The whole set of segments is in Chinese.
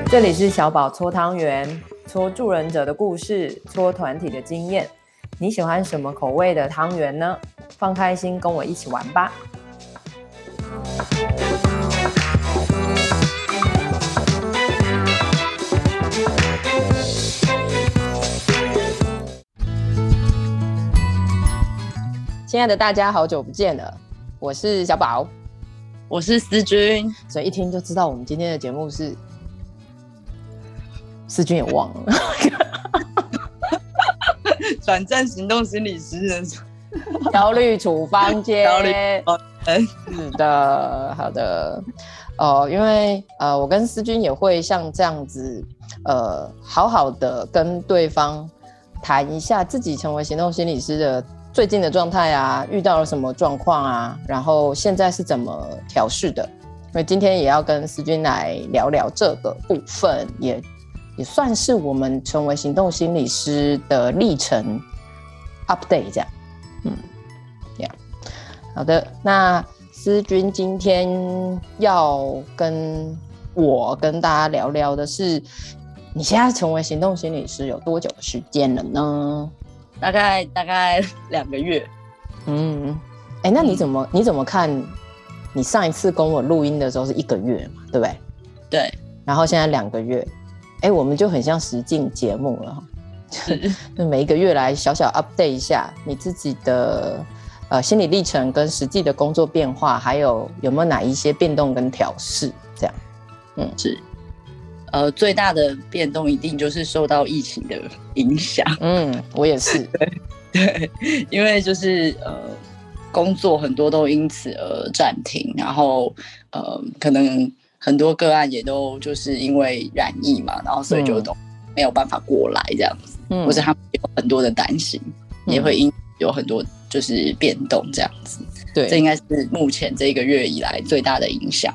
这里是小宝搓汤圆，搓助人者的故事，搓团体的经验。你喜欢什么口味的汤圆呢？放开心，跟我一起玩吧。亲爱的大家，好久不见了，我是小宝， 我是思君， 所以一听就知道我们今天的节目是思君也忘了转战行动心理师人焦虑处方间。 焦虑是的，好的。因为我跟思君也会像这样子，好好的跟对方谈一下自己成为行动心理师的最近的状态啊，遇到了什么状况啊，然后现在是怎么调试的。因为今天也要跟思君来聊聊这个部分，也算是我们成为行动心理师的历程 update 这样。好的，那思君今天要跟大家聊聊的是，你现在成为行动心理师有多久的时间了呢？ 大概2个月。 那你怎么看？你上一次跟我录音的时候是1个月嘛，对不对？ 对。 然后现在2个月，我们就很像实境节目了，就每一个月来小小 update 一下你自己的心理历程跟实际的工作变化，还有没有哪一些变动跟调试，这样。 是。最大的变动一定就是受到疫情的影响。 我也是。 对，因为就是工作很多都因此而暂停，然后可能很多个案也都就是因为染疫嘛，然后所以就都没有办法过来这样子，或者他们有很多的担心，也会有很多就是变动这样子。对，这应该是目前这个月以来最大的影响。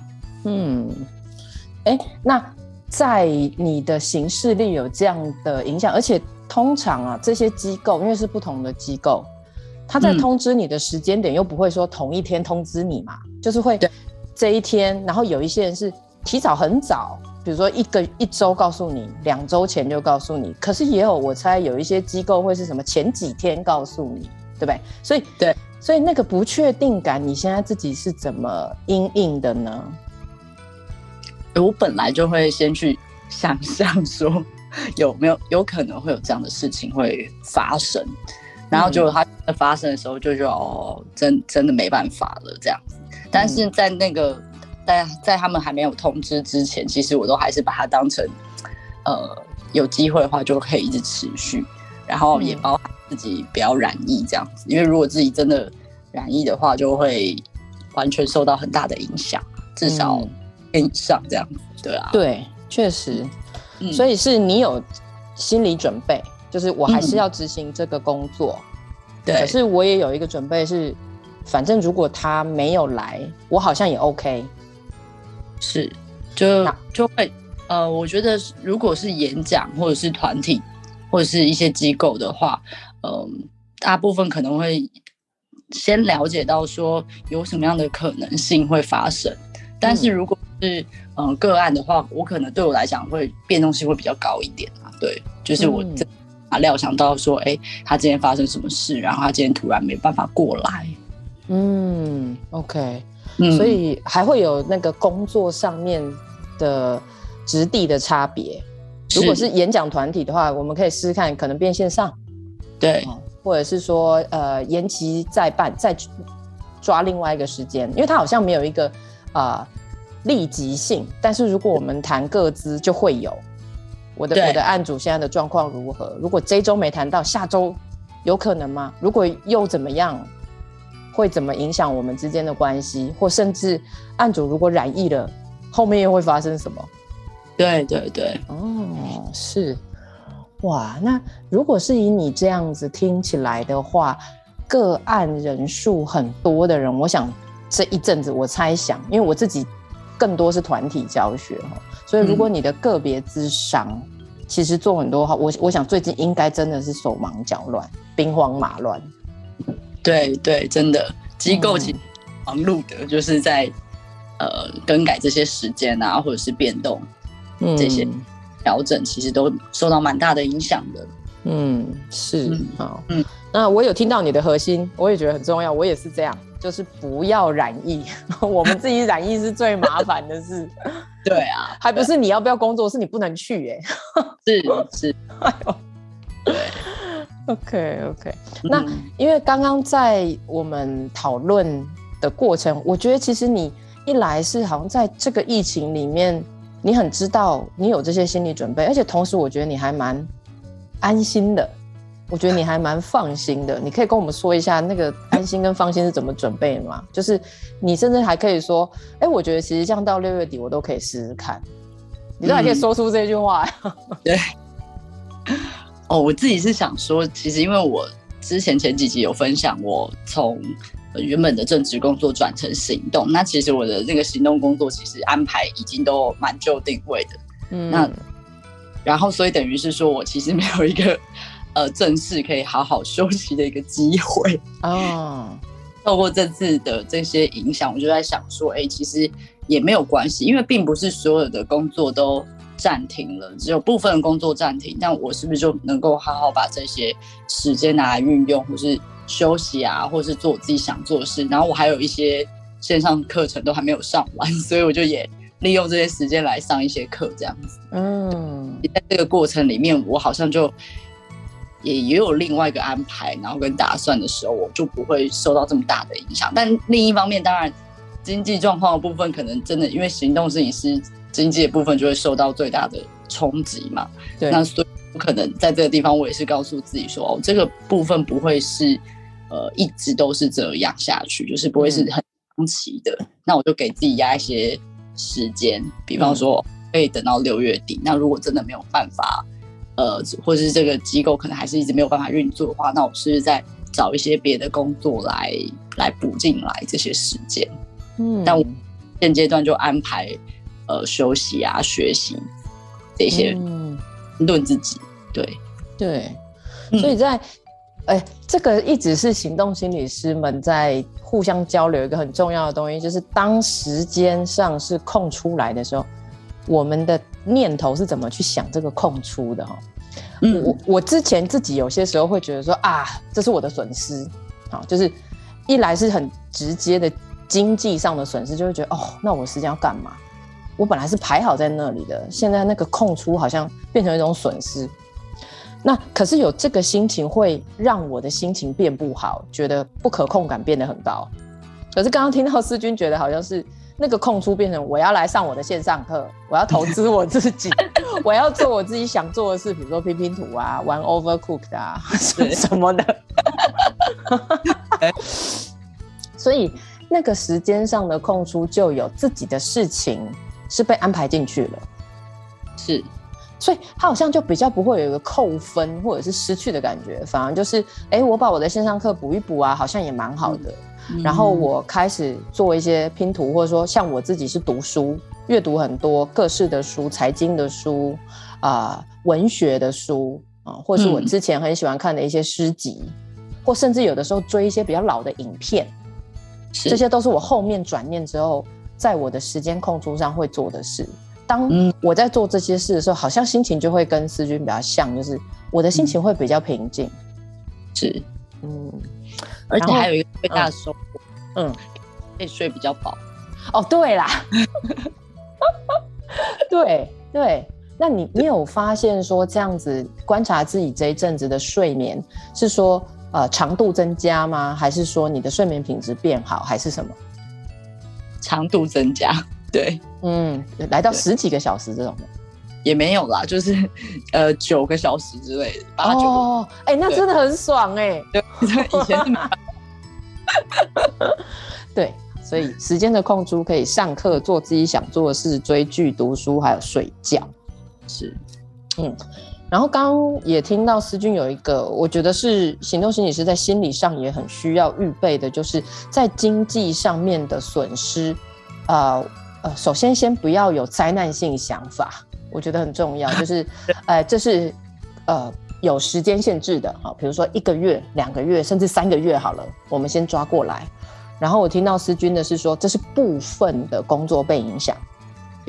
那在你的行事历有这样的影响，而且通常啊，这些机构因为是不同的机构，他在通知你的时间点又不会说同一天通知你嘛，就是会这一天，然后有一些人是提早很早，比如说一周告诉你，2周前就告诉你，可是也有我猜有一些机构会是什么前几天告诉你，对不对？所以那个不确定感，你现在自己是怎么因应的呢？ 我本来就会先去想象说有可能会有这样的事情会发生，然后就它发生的时候就觉得真的没办法了这样子。但是在那个在他们还没有通知之前，其实我都还是把它当成有机会的话就可以一直持续，然后也包含自己不要染疫这样子，因为如果自己真的染疫的话，就会完全受到很大的影响，至少以上这样子。对啊， 对，确实。所以是你有心理准备，就是我还是要执行这个工作。对，可是我也有一个准备是，反正如果他没有来，我好像也 OK。 是，就会我觉得如果是演讲或者是团体或者是一些机构的话，大部分可能会先了解到说有什么样的可能性会发生，但是如果是个案的话，我可能对我来讲会变动性会比较高一点啊。对，就是我料想到说，他今天发生什么事，然后他今天突然没办法过来。 OK。所以还会有那个工作上面的质地的差别。如果是演讲团体的话，我们可以试试看，可能变线上。 对， 或者是说延期再办，再抓另外一个时间，因为它好像没有一个立即性，但是如果我们谈个资就会有我的案主现在的状况如何，如果这一周没谈到，下周有可能吗？如果又怎么样，会怎么影响我们之间的关系，或甚至案主如果染疫了，后面又会发生什么？ 对。 是。哇，那如果是以你这样子听起来的话，个案人数很多的人，我想这一阵子我猜想，因为我自己更多是团体教学，所以如果你的个别咨商，其实做很多，我想最近应该真的是手忙脚乱，兵荒马乱。 对，真的机构其实忙碌的，就是在更改这些时间啊，或者是变动这些调整，其实都受到蛮大的影响的。 是，好，那我有听到你的核心，我也觉得很重要，我也是这样，就是不要染疫，我们自己染疫是最麻烦的事。 对啊， 还不是你要不要工作，是你不能去是， 哎呦，对。OK， 那因为刚刚在我们讨论的过程，我觉得其实你一来是好像在这个疫情里面，你很知道你有这些心理准备，而且同时我觉得你还蛮安心的，我觉得你还蛮放心的。你可以跟我们说一下那个安心跟放心是怎么准备的吗？就是你甚至还可以说，我觉得其实这样到6月底我都可以试试看，你都还可以说出这句话。 对。我自己是想说，其实因为我之前几集有分享，我从原本的正职工作转成行动，那其实我的那个行动工作其实安排已经都蛮就定位的。那然后所以等于是说我其实没有一个正式可以好好休息的一个机会。透过这次的这些影响，我就在想说，其实也没有关系，因为并不是所有的工作都暂停了，只有部分的工作暂停，但我是不是就能够好好把这些时间拿来运用，或是休息啊，或是做我自己想做的事。然后我还有一些线上课程都还没有上完，所以我就也利用这些时间来上一些课，这样子。在这个过程里面，我好像就也有另外一个安排，然后跟打算的时候，我就不会受到这么大的影响。但另一方面，当然经济状况的部分，可能真的因为行动摄影师经济的部分就会受到最大的冲击嘛。对，那所以不可能在这个地方，我也是告诉自己说，这个部分不会是一直都是这样下去，就是不会是很长期的。那我就给自己压一些时间，比方说可以等到6月底。那如果真的没有办法，或者是这个机构可能还是一直没有办法运作的话，那我是不是再找一些别的工作来补进来这些时间？但我现阶段就安排休息啊、学习这些，论自己。对， 所以在这个一直是行动心理师们在互相交流一个很重要的东西，就是当时间上是空出来的时候，我们的念头是怎么去想这个空出的。我之前自己有些时候会觉得说这是我的损失，就是一来是很直接的经济上的损失，就会觉得那我时间要干嘛？我本来是排好在那里的，现在那个空出好像变成一种损失。那可是有这个心情会让我的心情变不好，觉得不可控感变得很高。可是刚刚听到思君觉得好像是那个空出变成我要来上我的线上课，我要投资我自己，我要做我自己想做的事，比如说拼拼图啊、玩 Overcooked 啊什么的。所以那个时间上的空出就有自己的事情是被安排进去了， 是， 所以他好像就比较不会有一个扣分或者是失去的感觉，反而就是我把我的线上课补一补啊，好像也蛮好的。然后我开始做一些拼图，或者说像我自己是读书，阅读很多各式的书，财经的书文学的书或是我之前很喜欢看的一些诗集，或甚至有的时候追一些比较老的影片，这些都是我后面转念之后在我的时间空出上会做的事。当我在做这些事的时候，好像心情就会跟思君比较像，就是我的心情会比较平静。 是，而且还有一个最大的收获，可以睡比较饱。 对啦，对，那你有发现说这样子观察自己这一阵子的睡眠，是说长度增加吗？还是说你的睡眠品质变好，还是什么？ 长度增加，对， 来到10几个小时这种的。 也没有啦，就是9个小时之类的，8、9个。 那真的很爽对， 以前是对，所以时间的空出可以上课，做自己想做的事，追剧、读书，还有睡觉。 是， 然后刚刚也听到思君有一个，我觉得是行动心理师在心理上也很需要预备的，就是在经济上面的损失，首先不要有灾难性想法。我觉得很重要，就是这是有时间限制的，比如说1个月、2个月，甚至3个月好了，我们先抓过来。然后我听到思君的是说，这是部分的工作被影响，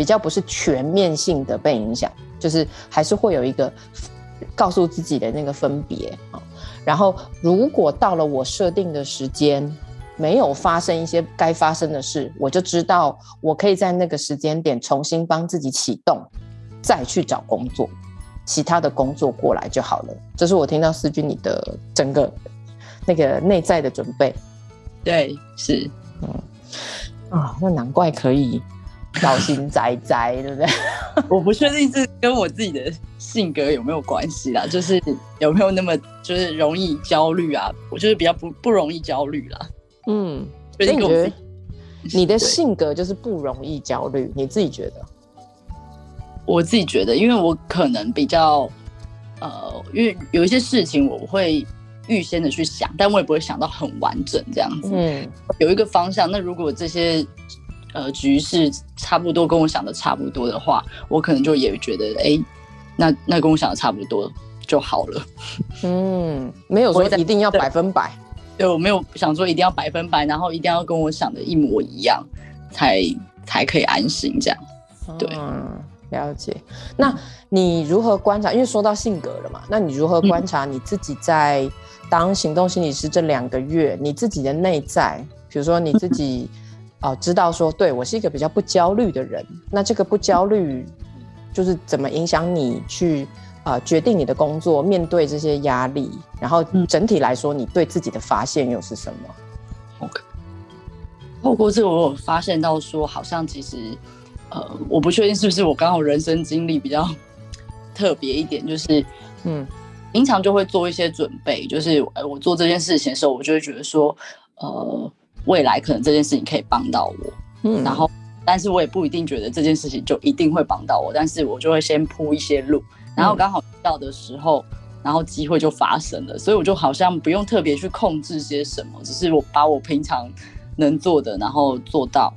比较不是全面性的被影响，就是还是会有一个告诉自己的那个分别。然后如果到了我设定的时间没有发生一些该发生的事，我就知道我可以在那个时间点重新帮自己启动，再去找工作，其他的工作过来就好了。这是我听到思君你的整个那个内在的准备。 对，是。 那难怪可以老心哉哉对不对？ 我不确定这跟我自己的性格有没有关系啦，就是有没有那么就是容易焦虑啊，我就是比较不容易焦虑啦。 所以你觉得你的性格就是不容易焦虑，你自己觉得？ 我自己觉得，因为我可能比较因为有一些事情我会预先的去想，但我也不会想到很完整这样子。有一个方向，那如果这些局势差不多跟我想的差不多的话，我可能就也觉得那跟我想的差不多就好了。 没有说一定要100%。 对，我没有想说一定要100%，然后一定要跟我想的一模一样才可以安心这样。对， 了解。那你如何观察？因为说到性格了嘛，那你如何观察你自己在当行动心理师这2个月，你自己的内在，比如说你自己知道说，对，我是一个比较不焦虑的人，那这个不焦虑就是怎么影响你去决定你的工作，面对这些压力，然后整体来说你对自己的发现又是什么？ OK， 透过这个我有发现到说，好像其实我不确定是不是我刚好人生经历比较特别一点，就是平常就会做一些准备，就是我做这件事情的时候，我就会觉得说未来可能这件事情可以帮到我，然后但是我也不一定觉得这件事情就一定会帮到我，但是我就会先铺一些路，然后刚好遇到的时候，然后机会就发生了，所以我就好像不用特别去控制些什么，只是我把我平常能做的然后做到。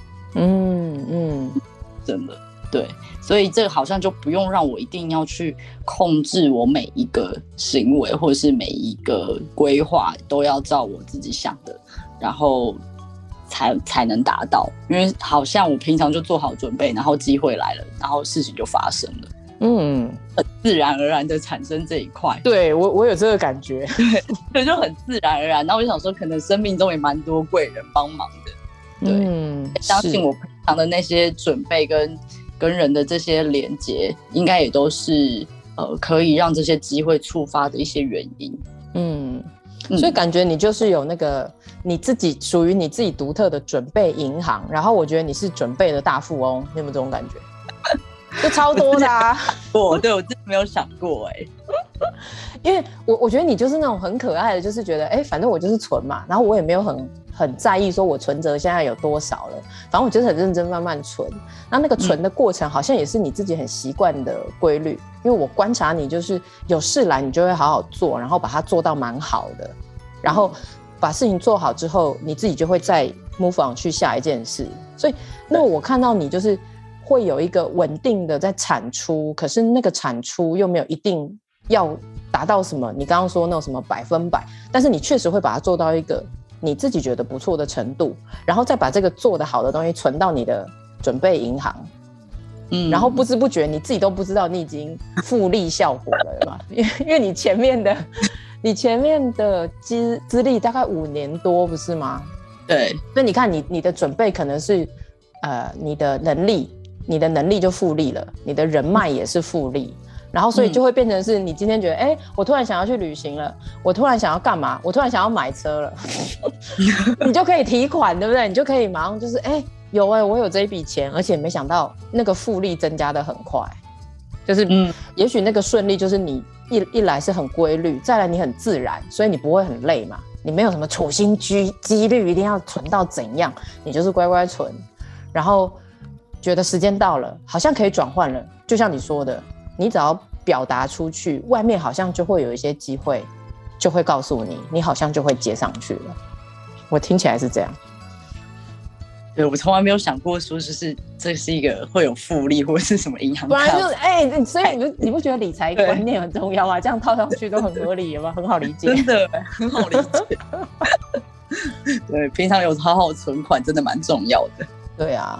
真的对，所以这个好像就不用让我一定要去控制我每一个行为或者是每一个规划都要照我自己想的，然后才能达到，因为好像我平常就做好准备，然后机会来了，然后事情就发生了，很自然而然的产生这一块。 对，我有这个感觉。 对，就很自然而然。然后我就想说，可能生命中也蛮多贵人帮忙的。对，相信我平常的那些准备跟人的这些连结，应该也都是可以让这些机会触发的一些原因。 所以感觉你就是有那个你自己属于你自己独特的准备银行，然后我觉得你是准备的大富翁，你有没有这种感觉？就超多的啊！ 对，我真的没有想过因为我觉得你就是那种很可爱的，就是觉得反正我就是存嘛，然后我也没有很在意说我存折现在有多少了，反正我就是很认真慢慢存。那个存的过程好像也是你自己很习惯的规律，因为我观察你就是有事来你就会好好做，然后把它做到蛮好的，然后把事情做好之后，你自己就会再 move on 去下一件事。所以那我看到你就是会有一个稳定的在产出，可是那个产出又没有一定要达到什么，你刚刚说那种什么100%，但是你确实会把它做到一个你自己觉得不错的程度，然后再把这个做得好的东西存到你的准备银行，然后不知不觉你自己都不知道你已经复利效果了嘛？因为你前面的资历大概5年多，不是吗？ 对， 所以你看你的准备可能是你的能力就复利了，你的人脉也是复利。然后所以就会变成是你今天觉得我突然想要去旅行了，我突然想要干嘛，我突然想要买车了你就可以提款，对不对？你就可以马上就是我有这一笔钱，而且没想到那个复利增加的很快，就是也许那个顺利就是你一来是很规律，再来你很自然，所以你不会很累嘛，你没有什么处心积虑一定要存到怎样，你就是乖乖存，然后觉得时间到了好像可以转换了，就像你说的，你只要表达出去，外面好像就会有一些机会，就会告诉你，你好像就会接上去了。我听起来是这样。 对，我从来没有想过说就是这是一个会有复利或是什么银行卡， 不然就是所以你不觉得理财观念很重要吗？这样套上去都很合理，有没有？很好理解， 真的很好理解。对，平常有好好存款真的蛮重要的。 对啊，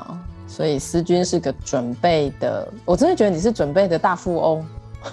所以思君是个准备的，我真的觉得你是准备的大富翁。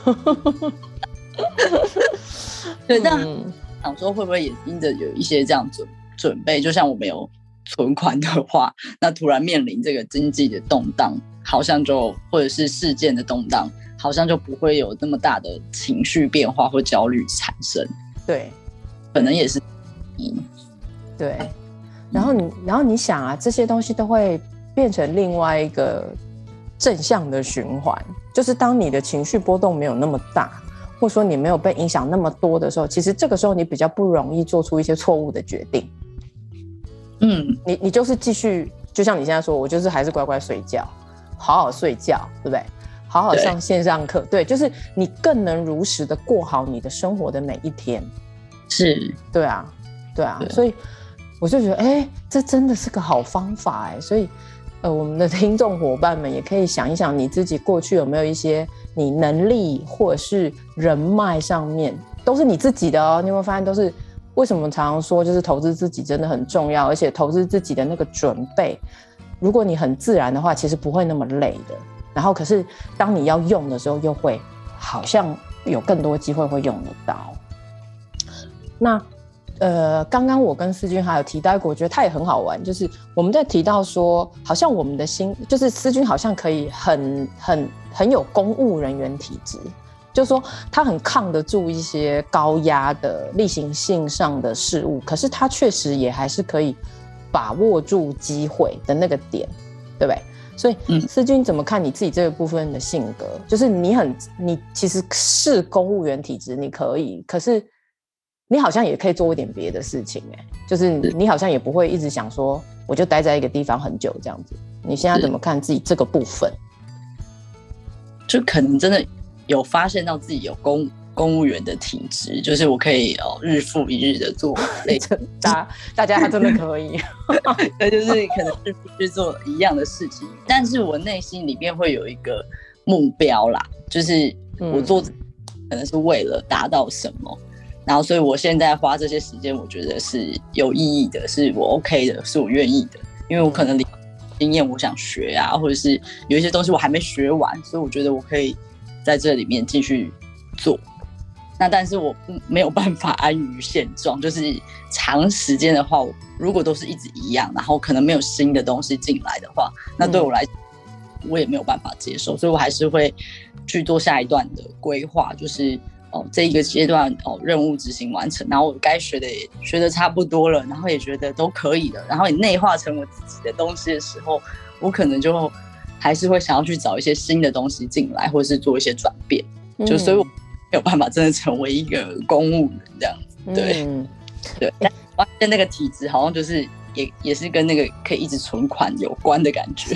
对，但想说会不会也因着有一些这样准备，就像我们有存款的话，那突然面临这个经济的动荡，好像就或者是事件的动荡，好像就不会有那么大的情绪变化或焦虑产生。 对， 可能也是对。然后你想啊，这些东西都会变成另外一个正向的循环，就是当你的情绪波动没有那么大，或者说你没有被影响那么多的时候，其实这个时候你比较不容易做出一些错误的决定。你就是继续，就像你现在说，我就是还是乖乖睡觉，好好睡觉，对不对？好好上线上课，对，就是你更能如实的过好你的生活的每一天。 是， 对啊，所以我就觉得，这真的是个好方法所以，我们的听众伙伴们也可以想一想，你自己过去有没有一些你能力或者是人脉上面都是你自己的哦。你有没有发现，都是为什么常常说，就是投资自己真的很重要，而且投资自己的那个准备，如果你很自然的话，其实不会那么累的。然后，可是当你要用的时候，又会好像有更多机会会用得到。那刚刚我跟思君还有提到一个，我觉得他也很好玩，就是我们在提到说，好像我们的心，就是思君好像可以很有公务人员体质，就是说他很抗得住一些高压的例行性上的事物，可是他确实也还是可以把握住机会的那个点，对不对？所以思君怎么看你自己这个部分的性格？就是你其实是公务员体质，你可以，可是你好像也可以做一点别的事情就是你好像也不会一直想说我就待在一个地方很久这样子。你现在怎么看自己这个部分？ 就可能真的有发现到自己有公务员的体质，就是我可以日复一日的做类似大家他真的可以对，就是可能日复去做一样的事情，但是我内心里面会有一个目标啦，就是我做可能是为了达到什么，然后所以我现在花这些时间我觉得是有意义的，是我 OK 的，是我愿意的，因为我可能经验我想学啊，或者是有一些东西我还没学完，所以我觉得我可以在这里面继续做。那但是我没有办法安于现状，就是长时间的话，如果都是一直一样，然后可能没有新的东西进来的话，那对我来讲我也没有办法接受，所以我还是会去做下一段的规划，就是这一个阶段任务执行完成，然后我该学的也学的差不多了，然后也觉得都可以了，然后也内化成我自己的东西的时候，我可能就还是会想要去找一些新的东西进来，或者是做一些转变，就所以我没有办法真的成为一个公务员这样子，对，但发现那个体质好像就是也是跟那个可以一直存款有关的感觉，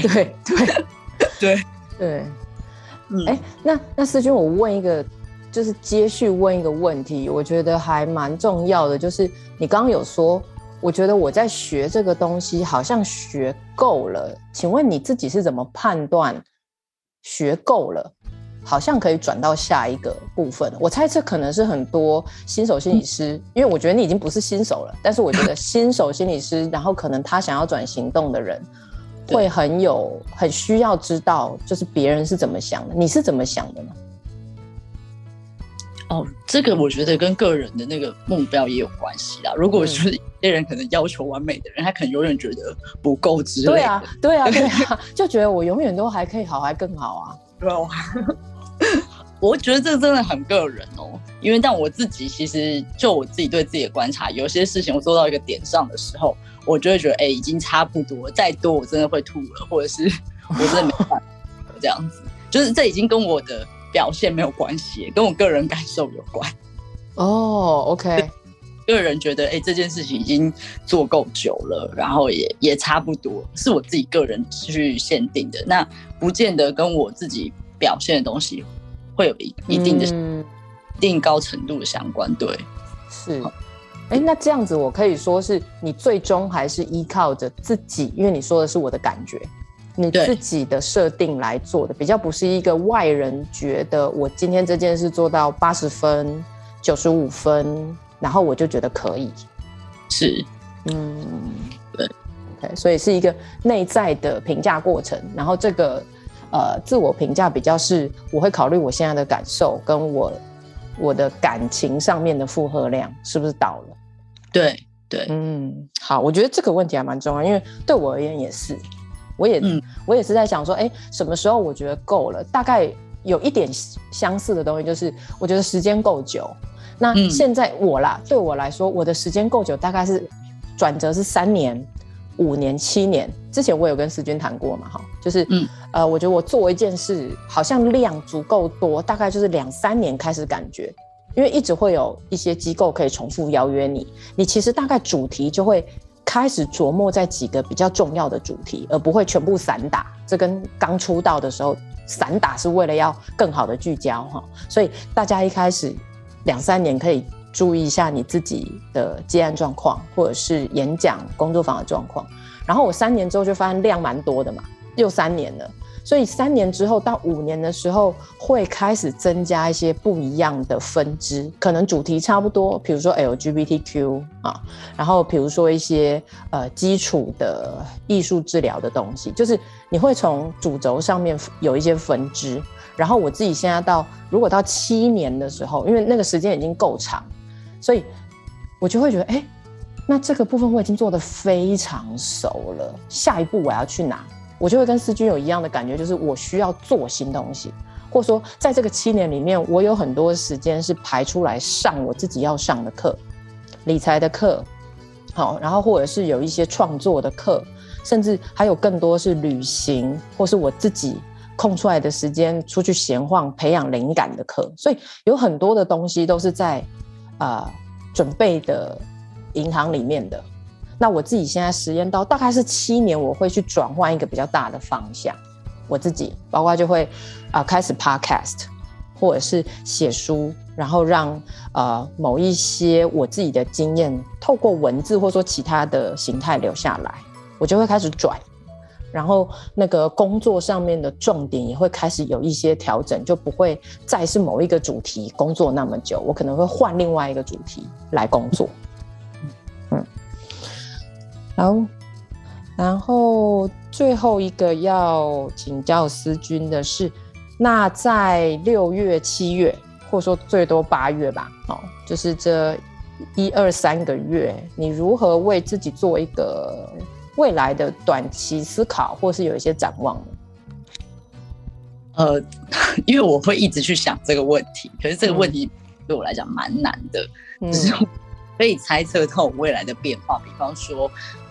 对，那思君，我问一个，就是接续问一个问题，我觉得还蛮重要的，就是你刚刚有说，我觉得我在学这个东西好像学够了，请问你自己是怎么判断学够了好像可以转到下一个部分？我猜这可能是很多新手心理师，因为我觉得你已经不是新手了，但是我觉得新手心理师，然后可能他想要转行动的人会很需要知道，就是别人是怎么想的，你是怎么想的呢？ 这个我觉得跟个人的那个目标也有关系啦。如果是有些人可能要求完美的人，他可能永远觉得不够之类的。 对啊，就觉得我永远都还可以好，还更好啊。 对啊，我觉得这真的很个人因为但我自己其实就我自己对自己的观察，有些事情我做到一个点上的时候，我就会觉得已经差不多了，再多我真的会吐了，或者是我真的没办法这样子，就是这已经跟我的表现没有关系，跟我个人感受有关。 OK， 个人觉得这件事情已经做够久了，然后也差不多，是我自己个人去限定的，那不见得跟我自己表现的东西会有一定的一定高程度的相关。对， 是。那这样子我可以说是你最终还是依靠着自己，因为你说的是我的感觉，你自己的设定来做的，比较不是一个外人觉得我今天这件事做到80分、95分，然后我就觉得可以。 是， 对。 OK， 所以是一个内在的评价过程，然后这个自我评价比较是我会考虑我现在的感受跟我的感情上面的负荷量是不是到了。 对， 好，我觉得这个问题还蛮重要，因为对我而言也是，我也是在想说，什么时候我觉得够了？大概有一点相似的东西，就是我觉得时间够久。那现在对我来说，我的时间够久，大概是转折是3年、5年、7年。之前我有跟思君谈过嘛，就是我觉得我做一件事，好像量足够多，大概就是2-3年开始感觉。因为一直会有一些机构可以重复邀约你其实大概主题就会开始琢磨在几个比较重要的主题，而不会全部散打。这跟刚出道的时候散打是为了要更好的聚焦，所以大家一开始2-3年可以注意一下你自己的接案状况，或者是演讲工作坊的状况。然后我3年之后就发现量蛮多的嘛，又3年了。所以3年之后到5年的时候，会开始增加一些不一样的分支，可能主题差不多，比如说 LGBTQ 然后比如说一些基础的艺术治疗的东西，就是你会从主轴上面有一些分支。然后我自己现在如果到7年的时候，因为那个时间已经够长，所以我就会觉得，那这个部分我已经做得非常熟了，下一步我要去哪？我就会跟思君有一样的感觉，就是我需要做新东西，或者说在这个7年里面，我有很多时间是排出来上我自己要上的课，理财的课，然后或者是有一些创作的课，甚至还有更多是旅行，或是我自己空出来的时间出去闲晃培养灵感的课。所以有很多的东西都是在准备的银行里面的。那我自己现在实验到大概是7年，我会去转换一个比较大的方向。我自己包括就会开始 podcast， 或者是写书，然后让某一些我自己的经验透过文字或者说其他的形态留下来，我就会开始转。然后那个工作上面的重点也会开始有一些调整，就不会再是某一个主题工作那么久，我可能会换另外一个主题来工作。好，然后最后一个要请教思君的是，那在6月、7月，或者说最多8月吧，就是这1、2、3个月，你如何为自己做一个未来的短期思考，或是有一些展望呢？ 因为我会一直去想这个问题，可是这个问题对我来讲蛮难的，就是可以猜测到我未来的变化，比方说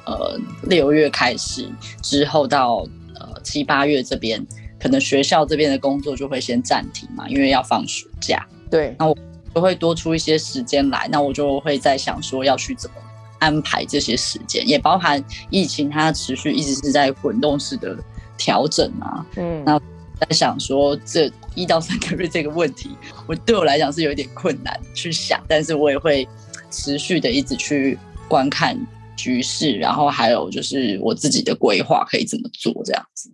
6月开始之后到7、8月这边，可能学校这边的工作就会先暂停嘛，因为要放暑假。 对， 那我就会多出一些时间来，那我就会在想说要去怎么安排这些时间，也包含疫情它持续一直是在滚动式的调整啊。那在想说这1到3个月这个问题，对我来讲是有点困难去想，但是我也会持续的一直去观看局势，然后还有就是我自己的规划可以怎么做这样子。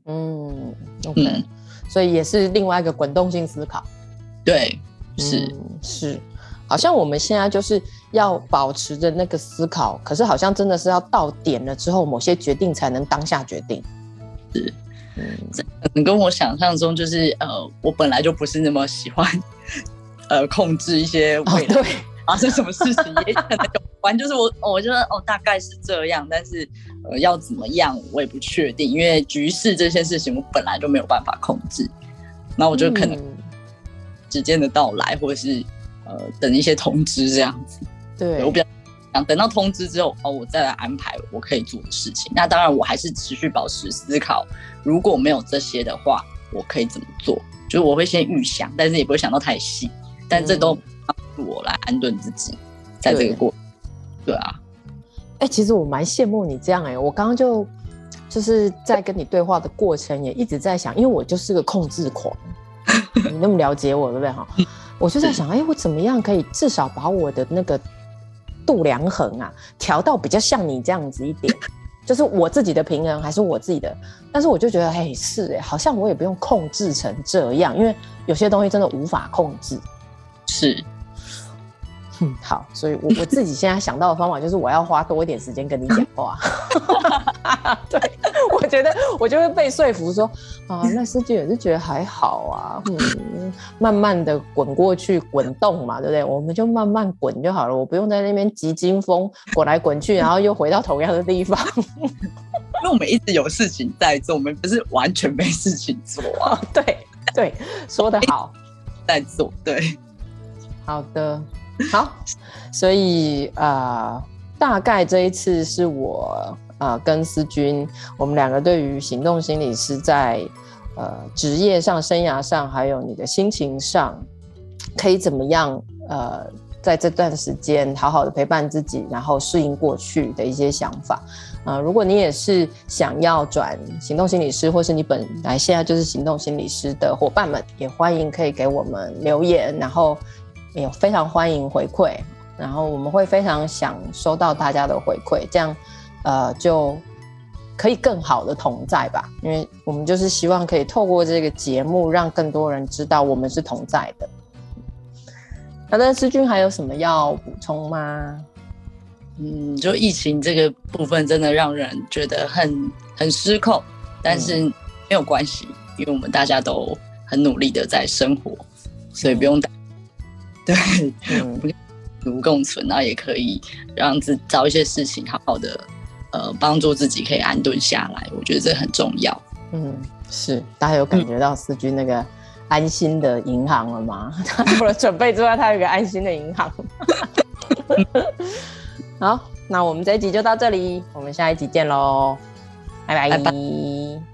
OK，所以也是另外一个滚动性思考。 对，是， 好像我们现在就是要保持着那个思考，可是好像真的是要到点了之后，某些决定才能当下决定。 是，这可能跟我想象中就是我本来就不是那么喜欢控制一些未来发生什么事情，也可能有关。就是我觉得大概是这样，但是要怎么样我也不确定，因为局势这些事情我本来就没有办法控制。那我就可能时间的到来，或者是等一些通知这样子。 对， 我比较想等到通知之后，我再来安排我可以做的事情。那当然，我还是持续保持思考，如果没有这些的话，我可以怎么做？就是我会先预想，但是也不会想到太细。但这都帮助我来安顿自己，在这个过程。对啊， 其实我蛮羡慕你这样我刚刚就是在跟你对话的过程，也一直在想，因为我就是个控制狂，你那么了解我，对不对？我就在想，我怎么样可以至少把我的那个度量衡调到比较像你这样子一点，就是我自己的平衡还是我自己的。但是我就觉得，好像我也不用控制成这样，因为有些东西真的无法控制。 是， 好，所以我自己现在想到的方法就是我要花多一点时间跟你讲话。对，我就会被说服说啊，那司机也是觉得还好啊，慢慢的滚过去，滚动嘛，对不对？我们就慢慢滚就好了，我不用在那边急惊风滚来滚去，然后又回到同样的地方。 因为我们一直有事情在做，我们不是完全没事情做啊。 对，说得好， 在做，对， 好的，好，所以大概这一次是我跟思君，我们两个对于行动心理师在职业上、生涯上，还有你的心情上，可以怎么样在这段时间好好的陪伴自己，然后适应过去的一些想法。如果你也是想要转行动心理师，或是你本来现在就是行动心理师的伙伴们，也欢迎可以给我们留言，然后也非常欢迎回馈，然后我们会非常想收到大家的回馈，这样就可以更好的同在吧，因为我们就是希望可以透过这个节目让更多人知道我们是同在的。好的，思君还有什么要补充吗？ 就疫情这个部分真的让人觉得很失控，但是没有关系，因为我们大家都很努力的在生活，所以不用担心。对，无共存，然后也可以让找一些事情好好的帮助自己可以安顿下来，我觉得这很重要。 是，大家有感觉到思君那个安心的银行了吗？他除了准备之外，他有一个安心的银行。好，那我们这一集就到这里，我们下一集见咯，拜拜。